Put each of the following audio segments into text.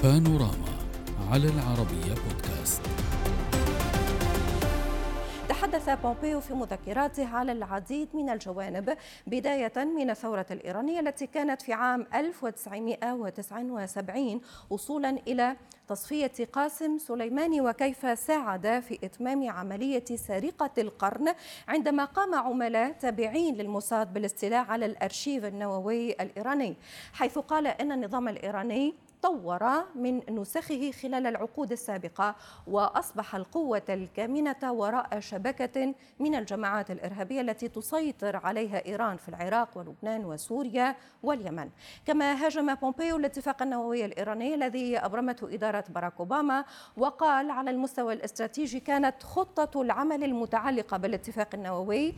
بانوراما على العربية بودكاست. تحدث بومبيو في مذكراته على العديد من الجوانب، بداية من الثورة الإيرانية التي كانت في عام 1979 وصولا إلى تصفية قاسم سليماني وكيف ساعد في إتمام عملية سرقة القرن عندما قام عملاء تابعين للموساد بالاستيلاء على الأرشيف النووي الإيراني، حيث قال إن النظام الإيراني طور من نسخه خلال العقود السابقة وأصبح القوة الكامنة وراء شبكة من الجماعات الإرهابية التي تسيطر عليها إيران في العراق ولبنان وسوريا واليمن. كما هاجم بومبيو الاتفاق النووي الإيراني الذي أبرمته إدارة باراك أوباما، وقال على المستوى الاستراتيجي كانت خطة العمل المتعلقة بالاتفاق النووي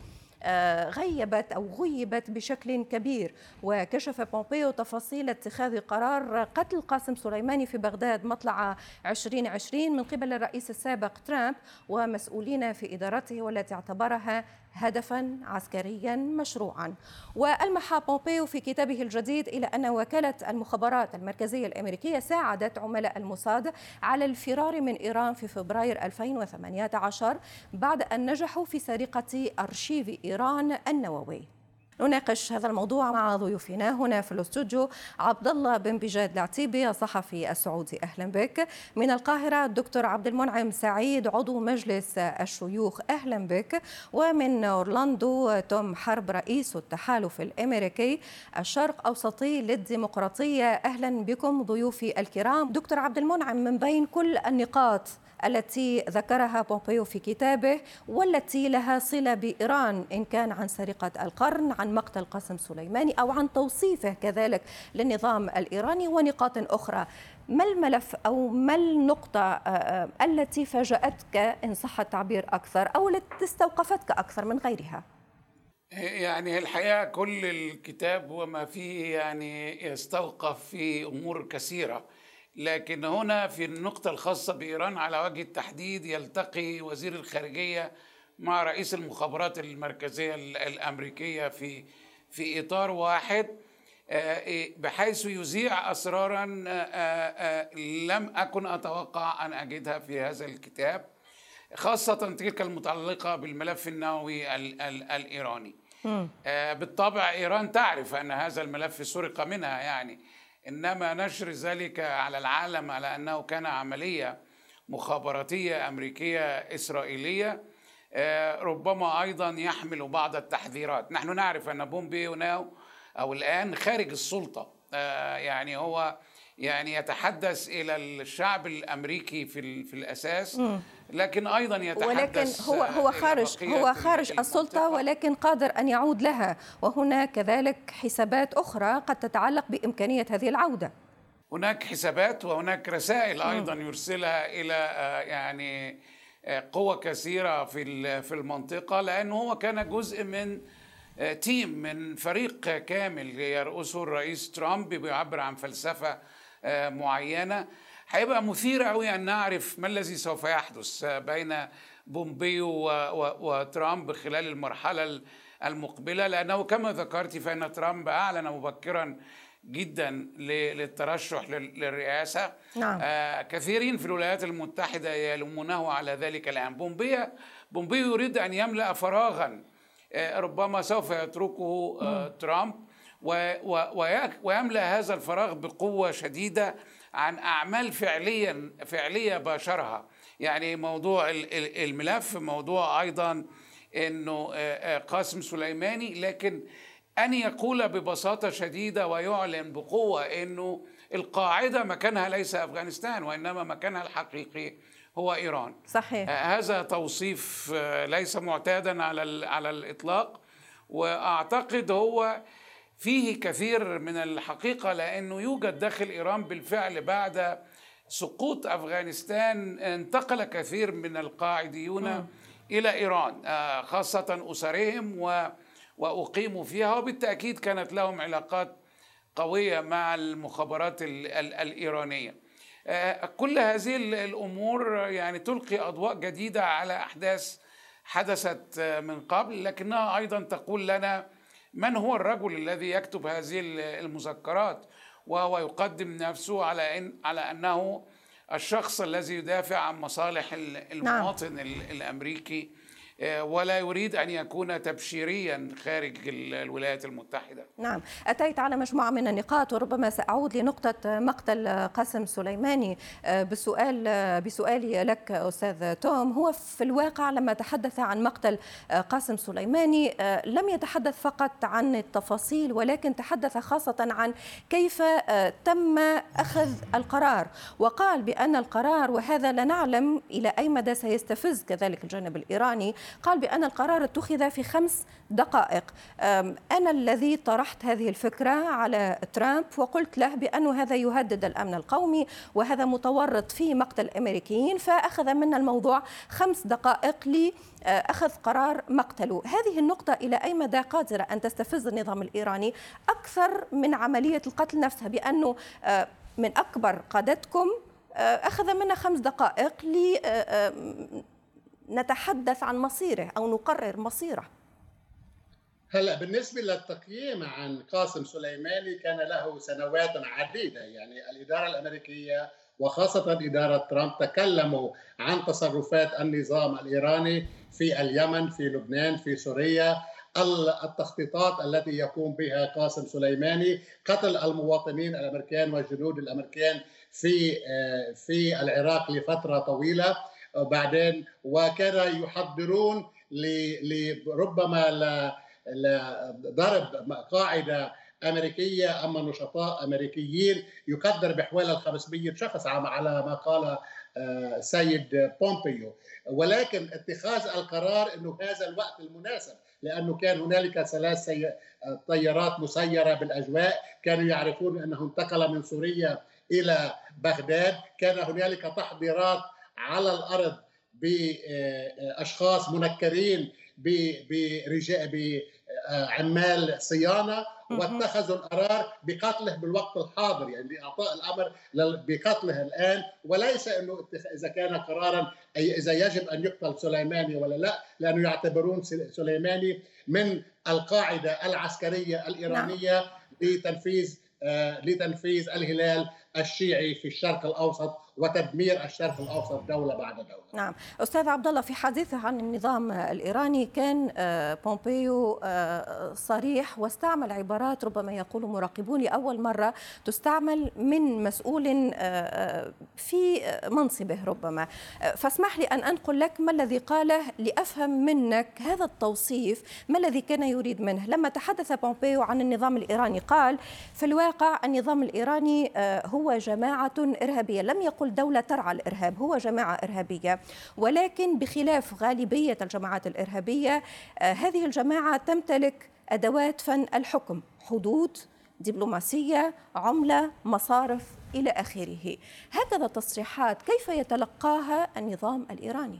غيبت بشكل كبير. وكشف بومبيو تفاصيل اتخاذ قرار قتل قاسم سليماني في بغداد مطلع 2020 من قبل الرئيس السابق ترامب ومسؤولين في إدارته، والتي اعتبرها هدفا عسكريا مشروعا. وألمح بومبيو في كتابه الجديد إلى أن وكالة المخابرات المركزية الأمريكية ساعدت عملاء الموساد على الفرار من إيران في فبراير 2018 بعد أن نجحوا في سرقة أرشيف إيران النووي. نناقش هذا الموضوع مع ضيوفنا هنا في الاستوديو: عبد الله بن بجاد العتيبي الصحفي السعودي، اهلا بك. من القاهره الدكتور عبد المنعم سعيد عضو مجلس الشيوخ، اهلا بك. ومن اورلاندو توم حرب رئيس التحالف الامريكي الشرق اوسطي للديمقراطيه، اهلا بكم ضيوفي الكرام. دكتور عبد المنعم، من بين كل النقاط التي ذكرها بومبيو في كتابه والتي لها صلة بإيران، إن كان عن سرقة القرن، عن مقتل قاسم سليماني، أو عن توصيفه كذلك للنظام الإيراني ونقاط أخرى، ما الملف أو ما النقطة التي فاجأتك إن صح التعبير أكثر، أو التي استوقفتك أكثر من غيرها؟ يعني الحقيقة كل الكتاب وما فيه يعني يستوقف في أمور كثيرة، لكن هنا في النقطة الخاصة بإيران على وجه التحديد يلتقي وزير الخارجية مع رئيس المخابرات المركزية الأمريكية في إطار واحد، بحيث يذيع أسرارا لم أكن أتوقع أن أجدها في هذا الكتاب، خاصة تلك المتعلقة بالملف النووي الإيراني. بالطبع إيران تعرف أن هذا الملف سرق منها يعني، إنما نشر ذلك على العالم على أنه كان عملية مخابراتية أمريكية إسرائيلية ربما أيضا يحمل بعض التحذيرات. نحن نعرف أن بومبيو أو الآن خارج السلطة، يعني هو يعني يتحدث إلى الشعب الأمريكي في الأساس، لكن أيضا يتحدث ولكن هو خارج السلطة، ولكن قادر أن يعود لها، وهناك كذلك حسابات أخرى قد تتعلق بإمكانية هذه العودة. هناك حسابات وهناك رسائل أيضا يرسلها إلى يعني قوى كثيرة في المنطقة، لأنه هو كان جزء من تيم، من فريق كامل يرأسه الرئيس ترامب، بيعبر عن فلسفة معينة. هيبقى مثير قوي أن نعرف ما الذي سوف يحدث بين بومبيو وترامب خلال المرحلة المقبلة، لأنه كما ذكرت فإن ترامب أعلن مبكرا جدا للترشح للرئاسة. نعم. كثيرين في الولايات المتحدة يلومونه على ذلك الآن. بومبيو يريد أن يملأ فراغا ربما سوف يتركه ترامب، ويملأ هذا الفراغ بقوة شديدة عن أعمال فعلية باشرها. يعني موضوع الملف، موضوع أيضا أنه قاسم سليماني، لكن أن يقول ببساطة شديدة ويعلن بقوة أنه القاعدة مكانها ليس أفغانستان، وإنما مكانها الحقيقي هو إيران. صحيح. هذا توصيف ليس معتادا على الإطلاق، وأعتقد هو فيه كثير من الحقيقة، لأنه يوجد داخل إيران بالفعل بعد سقوط أفغانستان انتقل كثير من القاعديون إلى إيران، خاصة أسرهم، وأقيموا فيها، وبالتأكيد كانت لهم علاقات قوية مع المخابرات الإيرانية. كل هذه الأمور يعني تلقي أضواء جديدة على أحداث حدثت من قبل، لكنها أيضا تقول لنا من هو الرجل الذي يكتب هذه المذكرات، وهو يقدم نفسه على أنه الشخص الذي يدافع عن مصالح المواطن الأمريكي، ولا يريد أن يكون تبشيريا خارج الولايات المتحدة. نعم، أتيت على مجموعة من النقاط، وربما سأعود لنقطة مقتل قاسم سليماني بسؤالي لك أستاذ توم. هو في الواقع لما تحدث عن مقتل قاسم سليماني لم يتحدث فقط عن التفاصيل، ولكن تحدث خاصة عن كيف تم أخذ القرار، وقال بأن القرار، وهذا لا نعلم إلى أي مدى سيستفز كذلك الجانب الإيراني، قال بأن القرار اتخذ في 5 دقائق. أنا الذي طرحت هذه الفكرة على ترامب وقلت له بأن هذا يهدد الأمن القومي وهذا متورط في مقتل الأمريكيين، فأخذ منا الموضوع 5 دقائق لأخذ قرار مقتله. هذه النقطة إلى أي مدى قادرة أن تستفز النظام الإيراني أكثر من عملية القتل نفسها، بأنه من أكبر قادتكم أخذ منا 5 دقائق نتحدث عن مصيره أو نقرر مصيره؟ هلا بالنسبة للتقييم عن قاسم سليماني كان له سنوات عديدة، يعني الإدارة الأمريكية وخاصة إدارة ترامب تكلموا عن تصرفات النظام الإيراني في اليمن، في لبنان، في سوريا، التخطيطات التي يقوم بها قاسم سليماني، قتل المواطنين الأمريكان والجنود الأمريكان في العراق لفترة طويلة بعدين، وكان يحضرون لربما لضرب قاعدة أمريكية أما نشطاء أمريكيين يقدر بحوالي 500 شخص على ما قال سيد بومبيو. ولكن اتخاذ القرار أنه هذا الوقت المناسب، لأنه كان هنالك 3 طيارات مسيرة بالأجواء، كانوا يعرفون أنه انتقل من سوريا إلى بغداد، كان هنالك تحضيرات على الأرض بأشخاص منكرين بعمال صيانة، واتخذوا القرار بقتله بالوقت الحاضر، يعني بإعطاء الأمر بقتله الآن، وليس أنه إذا كان قرارا أي إذا يجب أن يقتل سليماني ولا لا، لأنه يعتبرون سليماني من القاعدة العسكرية الإيرانية لتنفيذ الهلال الشيعي في الشرق الأوسط وتدمير الشرق الأوسط دولة بعد دولة. نعم أستاذ عبد الله، في حديثه عن النظام الإيراني كان بومبيو صريح واستعمل عبارات ربما يقول مراقبون لأول مرة تستعمل من مسؤول في منصبه ربما، فاسمح لي أن أنقل لك ما الذي قاله لأفهم منك هذا التوصيف ما الذي كان يريد منه. لما تحدث بومبيو عن النظام الإيراني قال في الواقع النظام الإيراني هو جماعة إرهابية، لم يقل دولة ترعى الإرهاب، هو جماعة إرهابية، ولكن بخلاف غالبية الجماعات الإرهابية هذه الجماعة تمتلك أدوات فن الحكم، حدود، دبلوماسية، عملة، مصارف إلى آخره. هكذا تصريحات كيف يتلقاها النظام الإيراني؟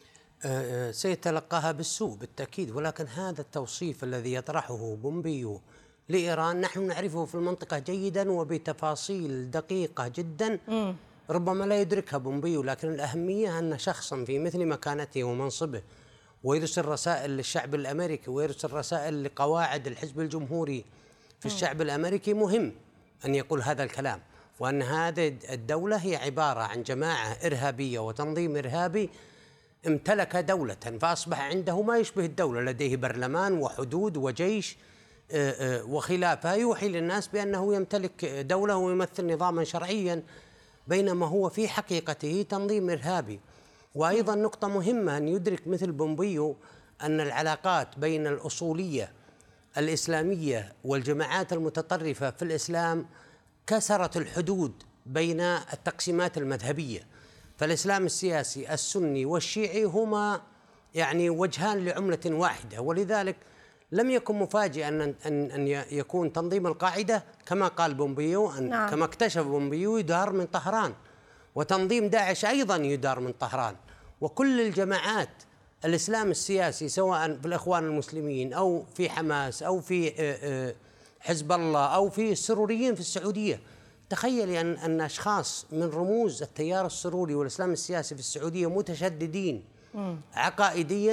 سيتلقاها بالسوء بالتأكيد، ولكن هذا التوصيف الذي يطرحه بومبيو لإيران نحن نعرفه في المنطقة جيدا وبتفاصيل دقيقة جدا ربما لا يدركها بومبيو، لكن الأهمية أن شخصا في مثل مكانته ومنصبه ويرسل رسائل للشعب الأمريكي ويرسل رسائل لقواعد الحزب الجمهوري في الشعب الأمريكي مهم أن يقول هذا الكلام، وأن هذه الدولة هي عبارة عن جماعة إرهابية وتنظيم إرهابي امتلك دولة فأصبح عنده ما يشبه الدولة، لديه برلمان وحدود وجيش وخلافه، يوحي للناس بأنه يمتلك دولة ويمثل نظاما شرعيا، بينما هو في حقيقته تنظيم إرهابي. وأيضا نقطة مهمة أن يدرك مثل بومبيو أن العلاقات بين الأصولية الإسلامية والجماعات المتطرفة في الإسلام كسرت الحدود بين التقسيمات المذهبية، فالإسلام السياسي السني والشيعي هما يعني وجهان لعملة واحدة، ولذلك لم يكن مفاجئا أن يكون تنظيم القاعدة كما قال بومبيو كما اكتشف بومبيو يدار من طهران، وتنظيم داعش أيضا يدار من طهران، وكل الجماعات الإسلام السياسي سواء في الإخوان المسلمين أو في حماس أو في حزب الله أو في السروريين في السعودية. تخيلي أن أشخاص من رموز التيار السروري والإسلام السياسي في السعودية متشددين عقائديا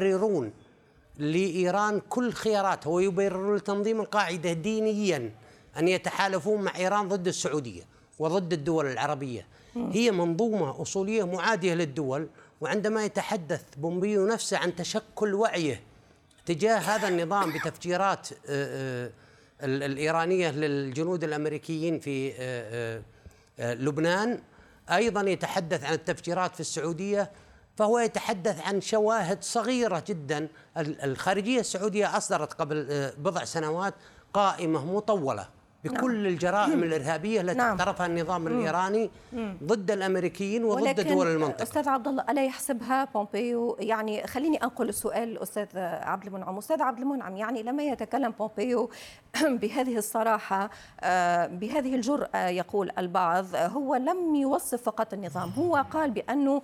يبررون لإيران كل خياراتها ويبررون لتنظيم القاعدة دينيا أن يتحالفون مع إيران ضد السعودية وضد الدول العربية. هي منظومة أصولية معادية للدول. وعندما يتحدث بومبيو نفسه عن تشكل وعيه تجاه هذا النظام بتفجيرات الإيرانية للجنود الأمريكيين في لبنان، أيضا يتحدث عن التفجيرات في السعودية، فهو يتحدث عن شواهد صغيرة جدا. الخارجية السعودية أصدرت قبل بضع سنوات قائمة مطولة بكل الجرائم الإرهابية التي اقترفها النظام الإيراني ضد الأمريكيين وضد دول المنطقة. أستاذ عبد الله، ألا يحسبها بومبيو؟ يعني خليني أنقل السؤال للأستاذ عبد المنعم. أستاذ عبد المنعم، يعني لما يتكلم بومبيو بهذه الصراحة، بهذه الجرأة، يقول البعض هو لم يوصف فقط النظام، هو قال بأنه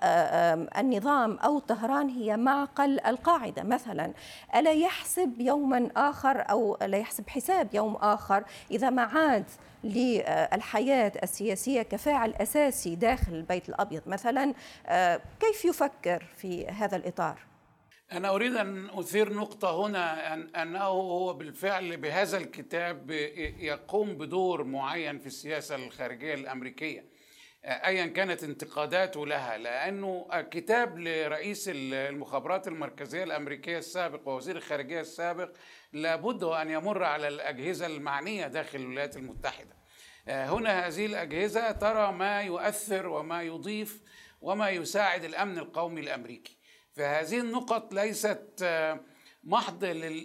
النظام أو طهران هي معقل القاعدة مثلا. ألا يحسب يوما آخر أو لا يحسب حساب يوم آخر إذا ما عاد للحياة السياسية كفاعل أساسي داخل البيت الأبيض مثلا، كيف يفكر في هذا الإطار؟ أنا أريد أن أثير نقطة هنا، أنه هو بالفعل بهذا الكتاب يقوم بدور معين في السياسة الخارجية الأمريكية أيا كانت انتقاداته لها، لأنه كتاب لرئيس المخابرات المركزية الأمريكية السابق ووزير الخارجية السابق لابد أن يمر على الأجهزة المعنية داخل الولايات المتحدة. هنا هذه الأجهزة ترى ما يؤثر وما يضيف وما يساعد الأمن القومي الأمريكي. فهذه النقط ليست محض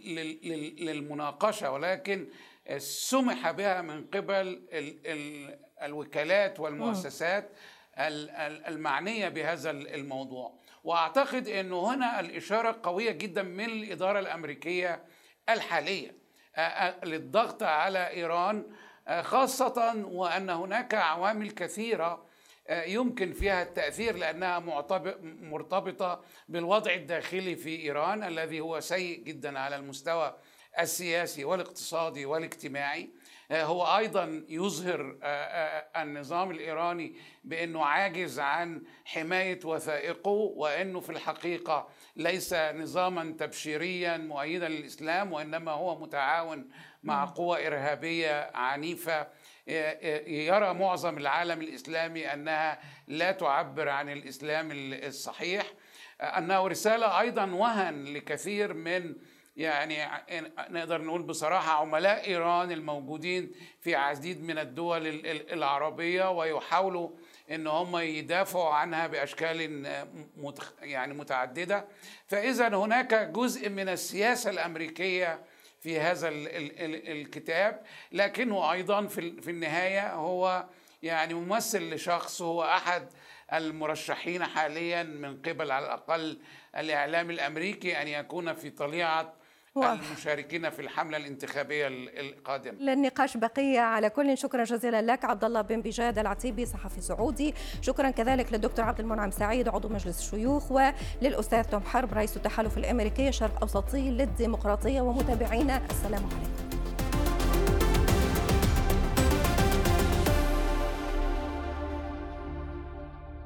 للمناقشة، ولكن سمح بها من قبل الوكالات والمؤسسات المعنية بهذا الموضوع. وأعتقد أنه هنا الإشارة قوية جدا من الإدارة الأمريكية الحالية للضغط على إيران، خاصة وأن هناك عوامل كثيرة يمكن فيها التأثير، لأنها مرتبطة بالوضع الداخلي في إيران الذي هو سيء جدا على المستوى السياسي والاقتصادي والاجتماعي. هو أيضا يظهر النظام الإيراني بأنه عاجز عن حماية وثائقه، وأنه في الحقيقة ليس نظاما تبشيريا مؤيدا للإسلام، وإنما هو متعاون مع قوى إرهابية عنيفة يرى معظم العالم الإسلامي أنها لا تعبر عن الإسلام الصحيح. أنه رسالة أيضا وهن لكثير من، يعني نقدر نقول بصراحة، عملاء إيران الموجودين في عديد من الدول العربية، ويحاولوا إن هم يدافعوا عنها بأشكال يعني متعددة. فإذا هناك جزء من السياسة الأمريكية في هذا الكتاب، لكنه أيضا في النهاية هو يعني ممثل لشخص هو أحد المرشحين حاليا من قبل على الأقل الإعلام الأمريكي أن يكون في طليعة المشاركين في الحملة الانتخابية القادمة. للنقاش بقية. على كل، شكرا جزيلا لك عبد الله بن بجاد العتيبي، صحفي سعودي. شكرا كذلك للدكتور عبد المنعم سعيد، عضو مجلس الشيوخ، وللأستاذ توم حرب، رئيس التحالف الأمريكي الشرق أوسطي للديمقراطية. ومتابعينا، السلام عليكم.